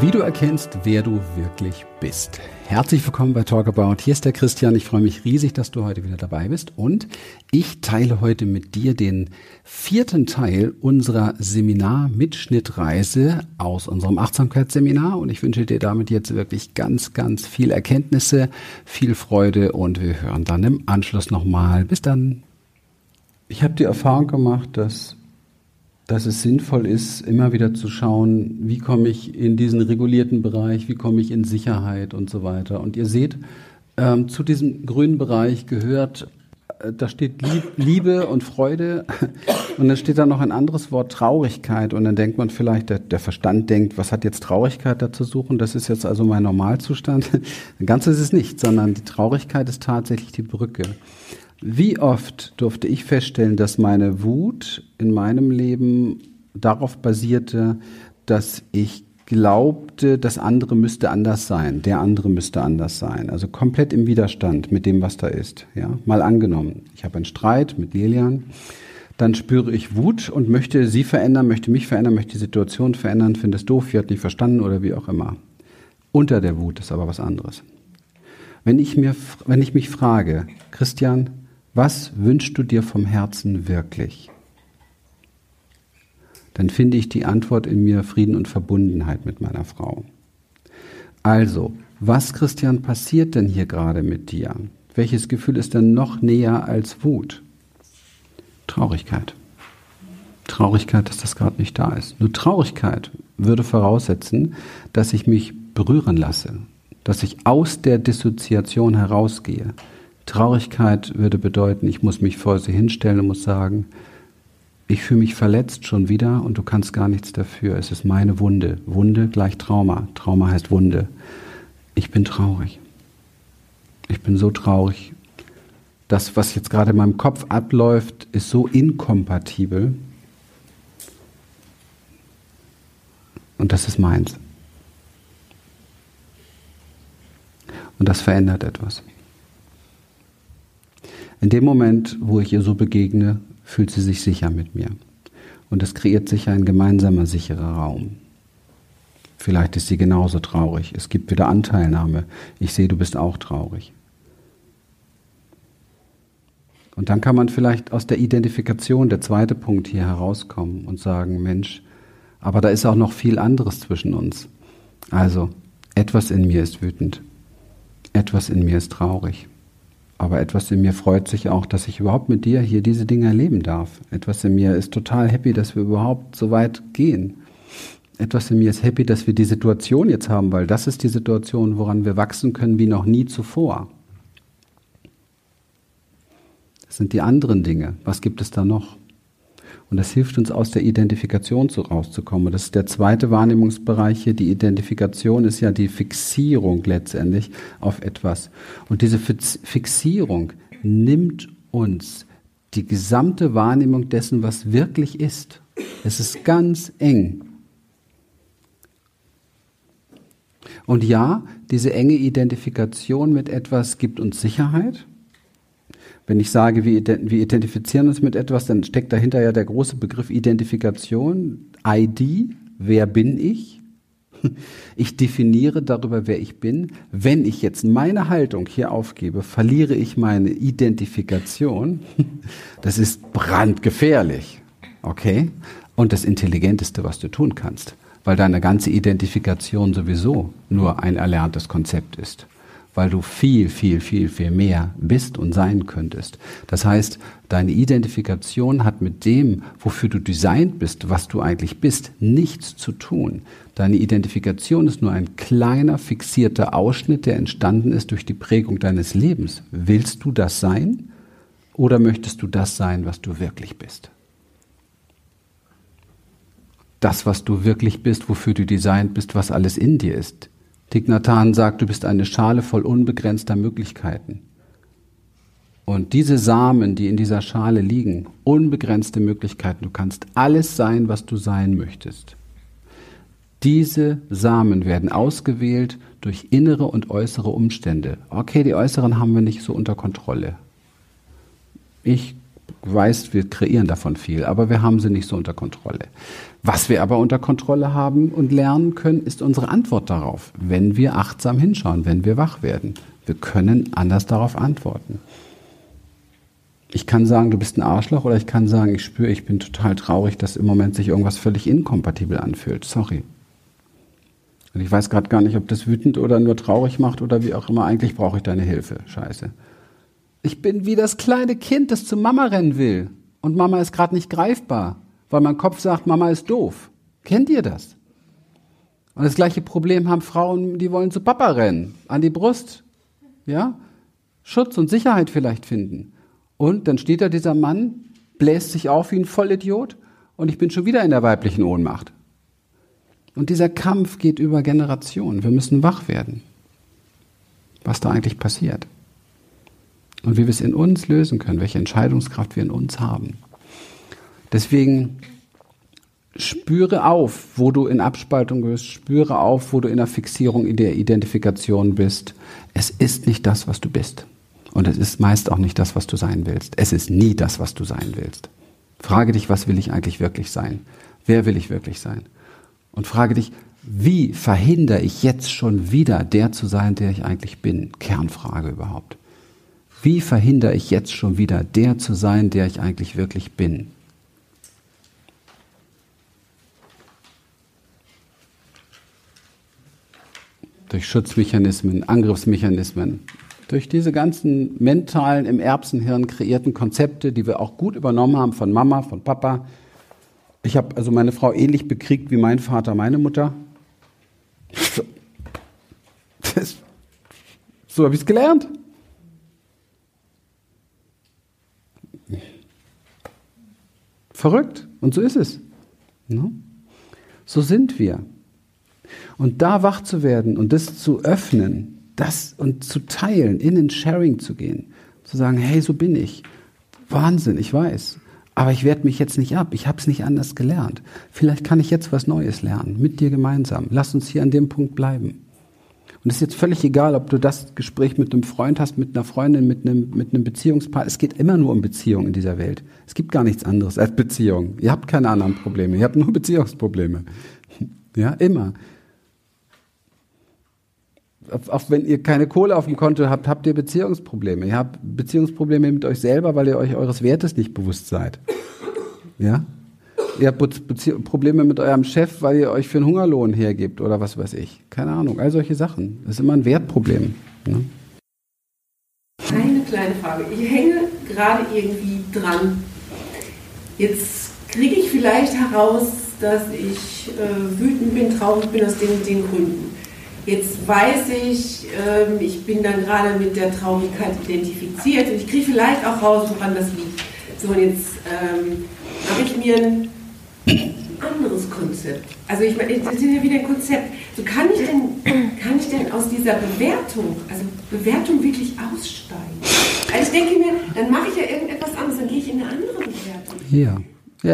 Wie du erkennst, wer du wirklich bist. Herzlich willkommen bei Talk About. Hier ist der Christian. Ich freue mich riesig, dass du heute wieder dabei bist. Und ich teile heute mit dir den 4. Teil unserer Seminar-Mitschnittreise aus unserem Achtsamkeitsseminar. Und ich wünsche dir damit jetzt wirklich ganz, ganz viel Erkenntnisse, viel Freude. Und wir hören dann im Anschluss nochmal. Bis dann. Ich habe die Erfahrung gemacht, dass es sinnvoll ist, immer wieder zu schauen, wie komme ich in diesen regulierten Bereich, wie komme ich in Sicherheit und so weiter. Und ihr seht, zu diesem grünen Bereich gehört, da steht Liebe und Freude und dann steht da noch ein anderes Wort, Traurigkeit. Und dann denkt man vielleicht, der Verstand denkt, was hat jetzt Traurigkeit da zu suchen? Das ist jetzt also mein Normalzustand. Ganz ist es nicht, sondern die Traurigkeit ist tatsächlich die Brücke. Wie oft durfte ich feststellen, dass meine Wut in meinem Leben darauf basierte, dass ich glaubte, das andere müsste anders sein, der andere müsste anders sein. Also komplett im Widerstand mit dem, was da ist. Ja? Mal angenommen, ich habe einen Streit mit Lilian, dann spüre ich Wut und möchte sie verändern, möchte mich verändern, möchte die Situation verändern, finde es doof, sie hat nicht verstanden oder wie auch immer. Unter der Wut ist aber was anderes. Wenn ich mich frage, Christian, was wünschst du dir vom Herzen wirklich? Dann finde ich die Antwort in mir Frieden und Verbundenheit mit meiner Frau. Also, was, Christian, passiert denn hier gerade mit dir? Welches Gefühl ist denn noch näher als Wut? Traurigkeit. Traurigkeit, dass das gerade nicht da ist. Nur Traurigkeit würde voraussetzen, dass ich mich berühren lasse, dass ich aus der Dissoziation herausgehe. Traurigkeit würde bedeuten, ich muss mich vor sie hinstellen und muss sagen, ich fühle mich verletzt schon wieder und du kannst gar nichts dafür. Es ist meine Wunde. Wunde gleich Trauma. Trauma heißt Wunde. Ich bin traurig. Ich bin so traurig. Das, was jetzt gerade in meinem Kopf abläuft, ist so inkompatibel. Und das ist meins. Und das verändert etwas. In dem Moment, wo ich ihr so begegne, fühlt sie sich sicher mit mir. Und es kreiert sich ein gemeinsamer, sicherer Raum. Vielleicht ist sie genauso traurig. Es gibt wieder Anteilnahme. Ich sehe, du bist auch traurig. Und dann kann man vielleicht aus der Identifikation, der zweite Punkt hier, herauskommen und sagen, Mensch, aber da ist auch noch viel anderes zwischen uns. Also, etwas in mir ist wütend. Etwas in mir ist traurig. Aber etwas in mir freut sich auch, dass ich überhaupt mit dir hier diese Dinge erleben darf. Etwas in mir ist total happy, dass wir überhaupt so weit gehen. Etwas in mir ist happy, dass wir die Situation jetzt haben, weil das ist die Situation, woran wir wachsen können wie noch nie zuvor. Das sind die anderen Dinge. Was gibt es da noch? Und das hilft uns, aus der Identifikation rauszukommen. Und das ist der zweite Wahrnehmungsbereich hier. Die Identifikation ist ja die Fixierung letztendlich auf etwas. Und diese Fixierung nimmt uns die gesamte Wahrnehmung dessen, was wirklich ist. Es ist ganz eng. Und ja, diese enge Identifikation mit etwas gibt uns Sicherheit. Wenn ich sage, wir identifizieren uns mit etwas, dann steckt dahinter ja der große Begriff Identifikation, ID, wer bin ich? Ich definiere darüber, wer ich bin. Wenn ich jetzt meine Haltung hier aufgebe, verliere ich meine Identifikation. Das ist brandgefährlich, okay? Und das Intelligenteste, was du tun kannst, weil deine ganze Identifikation sowieso nur ein erlerntes Konzept ist. Weil du viel, viel, viel, viel mehr bist und sein könntest. Das heißt, deine Identifikation hat mit dem, wofür du designt bist, was du eigentlich bist, nichts zu tun. Deine Identifikation ist nur ein kleiner, fixierter Ausschnitt, der entstanden ist durch die Prägung deines Lebens. Willst du das sein oder möchtest du das sein, was du wirklich bist? Das, was du wirklich bist, wofür du designt bist, was alles in dir ist. Thich Nhat Hanh sagt, du bist eine Schale voll unbegrenzter Möglichkeiten. Und diese Samen, die in dieser Schale liegen, unbegrenzte Möglichkeiten, du kannst alles sein, was du sein möchtest. Diese Samen werden ausgewählt durch innere und äußere Umstände. Okay, die äußeren haben wir nicht so unter Kontrolle. Ich Du weißt, wir kreieren davon viel, aber wir haben sie nicht so unter Kontrolle. Was wir aber unter Kontrolle haben und lernen können, ist unsere Antwort darauf, wenn wir achtsam hinschauen, wenn wir wach werden. Wir können anders darauf antworten. Ich kann sagen, du bist ein Arschloch, oder ich kann sagen, ich spüre, ich bin total traurig, dass im Moment sich irgendwas völlig inkompatibel anfühlt. Sorry. Und ich weiß gerade gar nicht, ob das wütend oder nur traurig macht oder wie auch immer. Eigentlich brauche ich deine Hilfe. Scheiße. Ich bin wie das kleine Kind, das zu Mama rennen will. Und Mama ist gerade nicht greifbar, weil mein Kopf sagt, Mama ist doof. Kennt ihr das? Und das gleiche Problem haben Frauen, die wollen zu Papa rennen, an die Brust. Ja? Schutz und Sicherheit vielleicht finden. Und dann steht da dieser Mann, bläst sich auf wie ein Vollidiot und ich bin schon wieder in der weiblichen Ohnmacht. Und dieser Kampf geht über Generationen. Wir müssen wach werden, was da eigentlich passiert. Und wie wir es in uns lösen können, welche Entscheidungskraft wir in uns haben. Deswegen spüre auf, wo du in Abspaltung bist, spüre auf, wo du in der Fixierung, in der Identifikation bist. Es ist nicht das, was du bist. Und es ist meist auch nicht das, was du sein willst. Es ist nie das, was du sein willst. Frage dich, was will ich eigentlich wirklich sein? Wer will ich wirklich sein? Und frage dich, wie verhindere ich jetzt schon wieder der zu sein, der ich eigentlich bin? Kernfrage überhaupt. Wie verhindere ich jetzt schon wieder der zu sein, der ich eigentlich wirklich bin? Durch Schutzmechanismen, Angriffsmechanismen, durch diese ganzen mentalen, im Erbsenhirn kreierten Konzepte, die wir auch gut übernommen haben von Mama, von Papa. Ich habe also meine Frau ähnlich bekriegt wie mein Vater, meine Mutter. So habe ich es gelernt. Verrückt. Und so ist es. So sind wir. Und da wach zu werden und das zu öffnen, das und zu teilen, in den Sharing zu gehen, zu sagen, hey, so bin ich. Wahnsinn, ich weiß. Aber ich werde mich jetzt nicht ab. Ich habe es nicht anders gelernt. Vielleicht kann ich jetzt was Neues lernen, mit dir gemeinsam. Lass uns hier an dem Punkt bleiben. Und es ist jetzt völlig egal, ob du das Gespräch mit einem Freund hast, mit einer Freundin, mit einem Beziehungspartner. Es geht immer nur um Beziehung in dieser Welt. Es gibt gar nichts anderes als Beziehung. Ihr habt keine anderen Probleme. Ihr habt nur Beziehungsprobleme. Ja, immer. Auch wenn ihr keine Kohle auf dem Konto habt, habt ihr Beziehungsprobleme. Ihr habt Beziehungsprobleme mit euch selber, weil ihr euch eures Wertes nicht bewusst seid. Ja? Ihr habt Probleme mit eurem Chef, weil ihr euch für einen Hungerlohn hergebt oder was weiß ich. Keine Ahnung, all solche Sachen. Das ist immer ein Wertproblem. Ne? Eine kleine Frage. Ich hänge gerade irgendwie dran. Jetzt kriege ich vielleicht heraus, dass ich wütend bin, traurig bin aus den Gründen. Jetzt weiß ich, ich bin dann gerade mit der Traurigkeit identifiziert und ich kriege vielleicht auch raus, woran das liegt. So, und jetzt habe ich mir ein anderes Konzept. Also ich meine, das ist ja wieder ein Konzept. So, kann ich denn aus dieser Bewertung wirklich aussteigen? Also ich denke mir, dann mache ich ja irgendetwas anderes, dann gehe ich in eine andere Bewertung.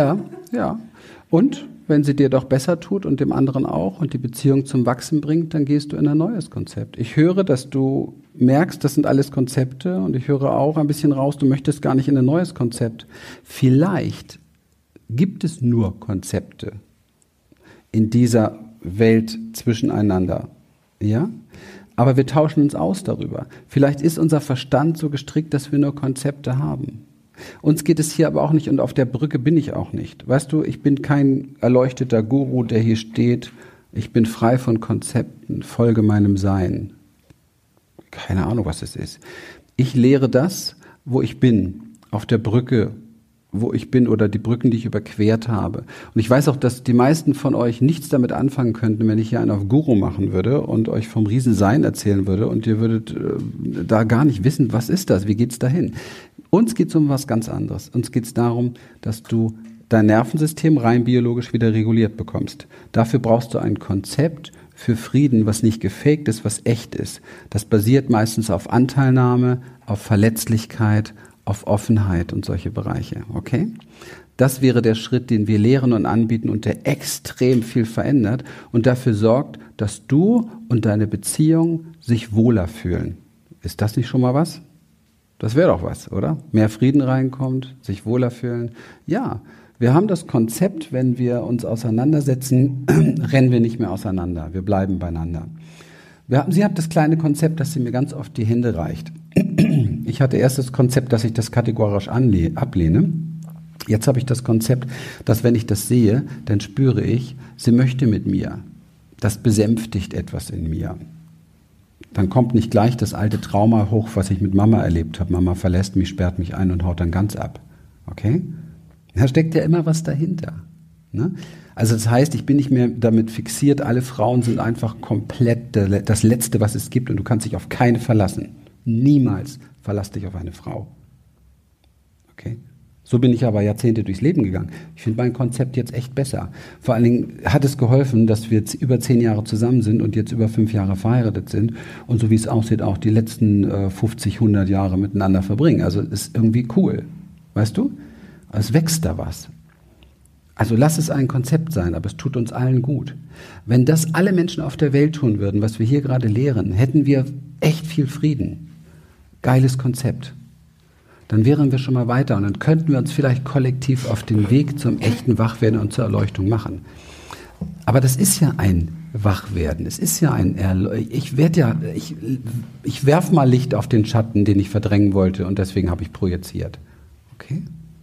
Ja. Und wenn sie dir doch besser tut und dem anderen auch und die Beziehung zum Wachsen bringt, dann gehst du in ein neues Konzept. Ich höre, dass du merkst, das sind alles Konzepte und ich höre auch ein bisschen raus, du möchtest gar nicht in ein neues Konzept. Vielleicht gibt es nur Konzepte in dieser Welt zwischeneinander. Ja? Aber wir tauschen uns aus darüber. Vielleicht ist unser Verstand so gestrickt, dass wir nur Konzepte haben. Uns geht es hier aber auch nicht und auf der Brücke bin ich auch nicht. Weißt du, ich bin kein erleuchteter Guru, der hier steht. Ich bin frei von Konzepten, folge meinem Sein. Keine Ahnung, was es ist. Ich lehre das, wo ich bin, auf der Brücke, wo ich bin oder die Brücken, die ich überquert habe. Und ich weiß auch, dass die meisten von euch nichts damit anfangen könnten, wenn ich hier einen auf Guru machen würde und euch vom Riesensein erzählen würde und ihr würdet da gar nicht wissen, was ist das, wie geht's dahin? Uns geht's um was ganz anderes. Uns geht's darum, dass du dein Nervensystem rein biologisch wieder reguliert bekommst. Dafür brauchst du ein Konzept für Frieden, was nicht gefaked ist, was echt ist. Das basiert meistens auf Anteilnahme, auf Verletzlichkeit, auf Offenheit und solche Bereiche, okay? Das wäre der Schritt, den wir lehren und anbieten und der extrem viel verändert und dafür sorgt, dass du und deine Beziehung sich wohler fühlen. Ist das nicht schon mal was? Das wäre doch was, oder? Mehr Frieden reinkommt, sich wohler fühlen. Ja, wir haben das Konzept, wenn wir uns auseinandersetzen, rennen wir nicht mehr auseinander. Wir bleiben beieinander. Sie hat das kleine Konzept, dass sie mir ganz oft die Hände reicht. Ich hatte erst das Konzept, dass ich das kategorisch ablehne. Jetzt habe ich das Konzept, dass wenn ich das sehe, dann spüre ich, sie möchte mit mir. Das besänftigt etwas in mir. Dann kommt nicht gleich das alte Trauma hoch, was ich mit Mama erlebt habe. Mama verlässt mich, sperrt mich ein und haut dann ganz ab. Okay? Da steckt ja immer was dahinter. Ne? Also das heißt, ich bin nicht mehr damit fixiert, alle Frauen sind einfach komplett das Letzte, was es gibt und du kannst dich auf keine verlassen. Niemals verlass dich auf eine Frau. Okay? So bin ich aber Jahrzehnte durchs Leben gegangen. Ich finde mein Konzept jetzt echt besser. Vor allen Dingen hat es geholfen, dass wir jetzt über 10 Jahre zusammen sind und jetzt über 5 Jahre verheiratet sind und so wie es aussieht, auch die letzten 50, 100 Jahre miteinander verbringen. Also ist irgendwie cool. Weißt du? Es wächst da was. Also lass es ein Konzept sein, aber es tut uns allen gut. Wenn das alle Menschen auf der Welt tun würden, was wir hier gerade lehren, hätten wir echt viel Frieden. Geiles Konzept. Dann wären wir schon mal weiter und dann könnten wir uns vielleicht kollektiv auf den Weg zum echten Wachwerden und zur Erleuchtung machen. Aber das ist ja ein Wachwerden. Es ist ja ein ich werf mal Licht auf den Schatten, den ich verdrängen wollte und deswegen habe ich projiziert. Okay?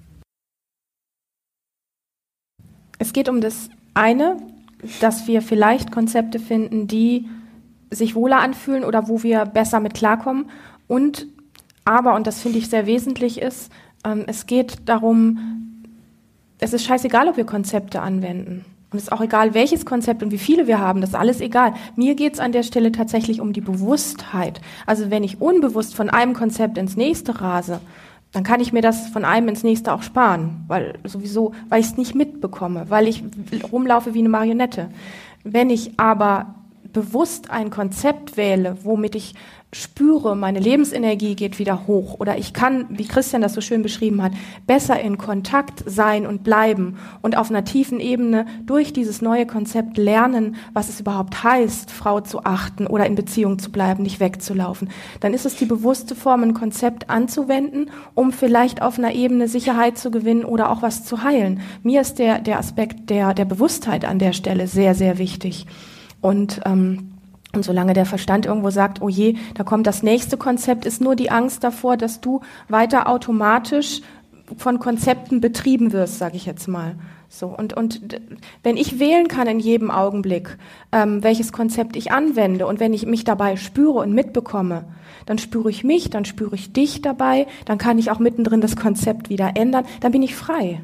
Es geht um das eine, dass wir vielleicht Konzepte finden, die sich wohler anfühlen oder wo wir besser mit klarkommen und das finde ich sehr wesentlich ist, es geht darum, es ist scheißegal, ob wir Konzepte anwenden. Und es ist auch egal, welches Konzept und wie viele wir haben, das ist alles egal. Mir geht es an der Stelle tatsächlich um die Bewusstheit. Also wenn ich unbewusst von einem Konzept ins nächste rase, dann kann ich mir das von einem ins nächste auch sparen, weil ich es nicht mitbekomme, weil ich rumlaufe wie eine Marionette. Wenn ich aber bewusst ein Konzept wähle, womit ich spüre, meine Lebensenergie geht wieder hoch oder ich kann, wie Christian das so schön beschrieben hat, besser in Kontakt sein und bleiben und auf einer tiefen Ebene durch dieses neue Konzept lernen, was es überhaupt heißt, Frau zu achten oder in Beziehung zu bleiben, nicht wegzulaufen. Dann ist es die bewusste Form, ein Konzept anzuwenden, um vielleicht auf einer Ebene Sicherheit zu gewinnen oder auch was zu heilen. Mir ist der Aspekt der Bewusstheit an der Stelle sehr, sehr wichtig. Und solange der Verstand irgendwo sagt, oh je, da kommt das nächste Konzept, ist nur die Angst davor, dass du weiter automatisch von Konzepten betrieben wirst, sage ich jetzt mal. So, und wenn ich wählen kann in jedem Augenblick, welches Konzept ich anwende und wenn ich mich dabei spüre und mitbekomme, dann spüre ich mich, dann spüre ich dich dabei, dann kann ich auch mittendrin das Konzept wieder ändern, dann bin ich frei.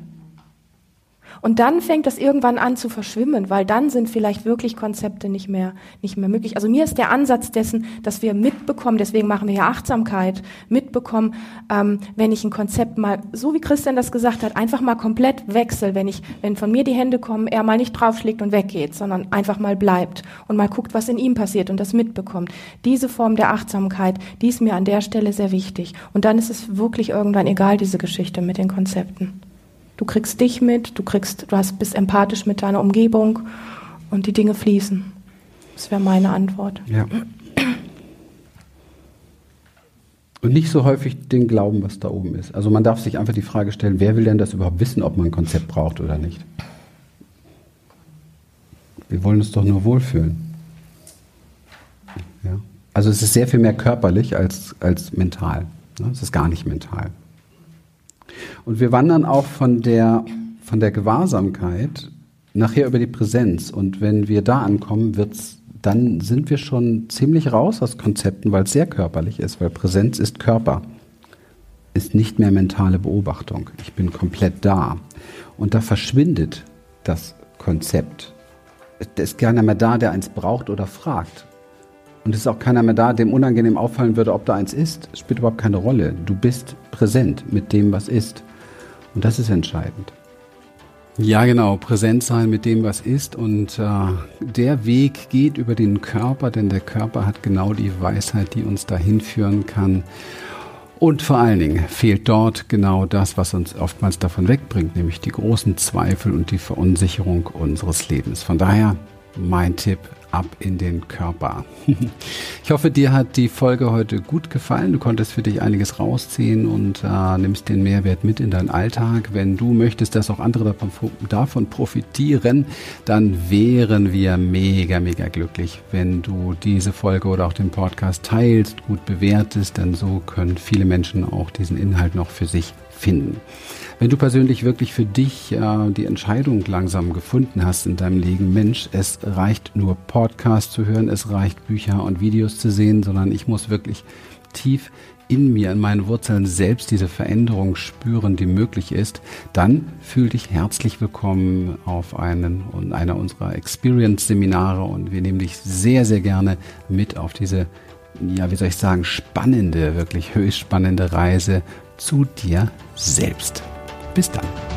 Und dann fängt das irgendwann an zu verschwimmen, weil dann sind vielleicht wirklich Konzepte nicht mehr möglich. Also mir ist der Ansatz dessen, dass wir mitbekommen, deswegen machen wir ja Achtsamkeit, mitbekommen, wenn ich ein Konzept mal, so wie Christian das gesagt hat, einfach mal komplett wechsel, wenn von mir die Hände kommen, er mal nicht draufschlägt und weggeht, sondern einfach mal bleibt und mal guckt, was in ihm passiert und das mitbekommt. Diese Form der Achtsamkeit, die ist mir an der Stelle sehr wichtig. Und dann ist es wirklich irgendwann egal, diese Geschichte mit den Konzepten. Du kriegst dich mit, bist empathisch mit deiner Umgebung und die Dinge fließen. Das wäre meine Antwort. Ja. Und nicht so häufig den Glauben, was da oben ist. Also man darf sich einfach die Frage stellen, wer will denn das überhaupt wissen, ob man ein Konzept braucht oder nicht? Wir wollen uns doch nur wohlfühlen. Ja. Also es ist sehr viel mehr körperlich als mental. Es ist gar nicht mental. Und wir wandern auch von der Gewahrsamkeit nachher über die Präsenz. Und wenn wir da ankommen, dann sind wir schon ziemlich raus aus Konzepten, weil es sehr körperlich ist, weil Präsenz ist Körper, ist nicht mehr mentale Beobachtung. Ich bin komplett da. Und da verschwindet das Konzept. Da ist keiner mehr da, der eins braucht oder fragt. Und es ist auch keiner mehr da, dem unangenehm auffallen würde, ob da eins ist. Es spielt überhaupt keine Rolle. Du bist präsent mit dem, was ist. Und das ist entscheidend. Ja, genau. Präsent sein mit dem, was ist. Und der Weg geht über den Körper, denn der Körper hat genau die Weisheit, die uns dahin führen kann. Und vor allen Dingen fehlt dort genau das, was uns oftmals davon wegbringt, nämlich die großen Zweifel und die Verunsicherung unseres Lebens. Von daher mein Tipp: ab in den Körper. Ich hoffe, dir hat die Folge heute gut gefallen. Du konntest für dich einiges rausziehen und nimmst den Mehrwert mit in deinen Alltag. Wenn du möchtest, dass auch andere davon profitieren, dann wären wir mega, mega glücklich, wenn du diese Folge oder auch den Podcast teilst, gut bewertest, denn so können viele Menschen auch diesen Inhalt noch für sich finden. Wenn du persönlich wirklich für dich die Entscheidung langsam gefunden hast in deinem Leben, Mensch, es reicht nur Podcasts zu hören, es reicht Bücher und Videos zu sehen, sondern ich muss wirklich tief in mir, in meinen Wurzeln selbst diese Veränderung spüren, die möglich ist, dann fühl dich herzlich willkommen auf einer unserer Experience-Seminare und wir nehmen dich sehr, sehr gerne mit auf diese, spannende, wirklich höchst spannende Reise zu dir selbst. Bis dann.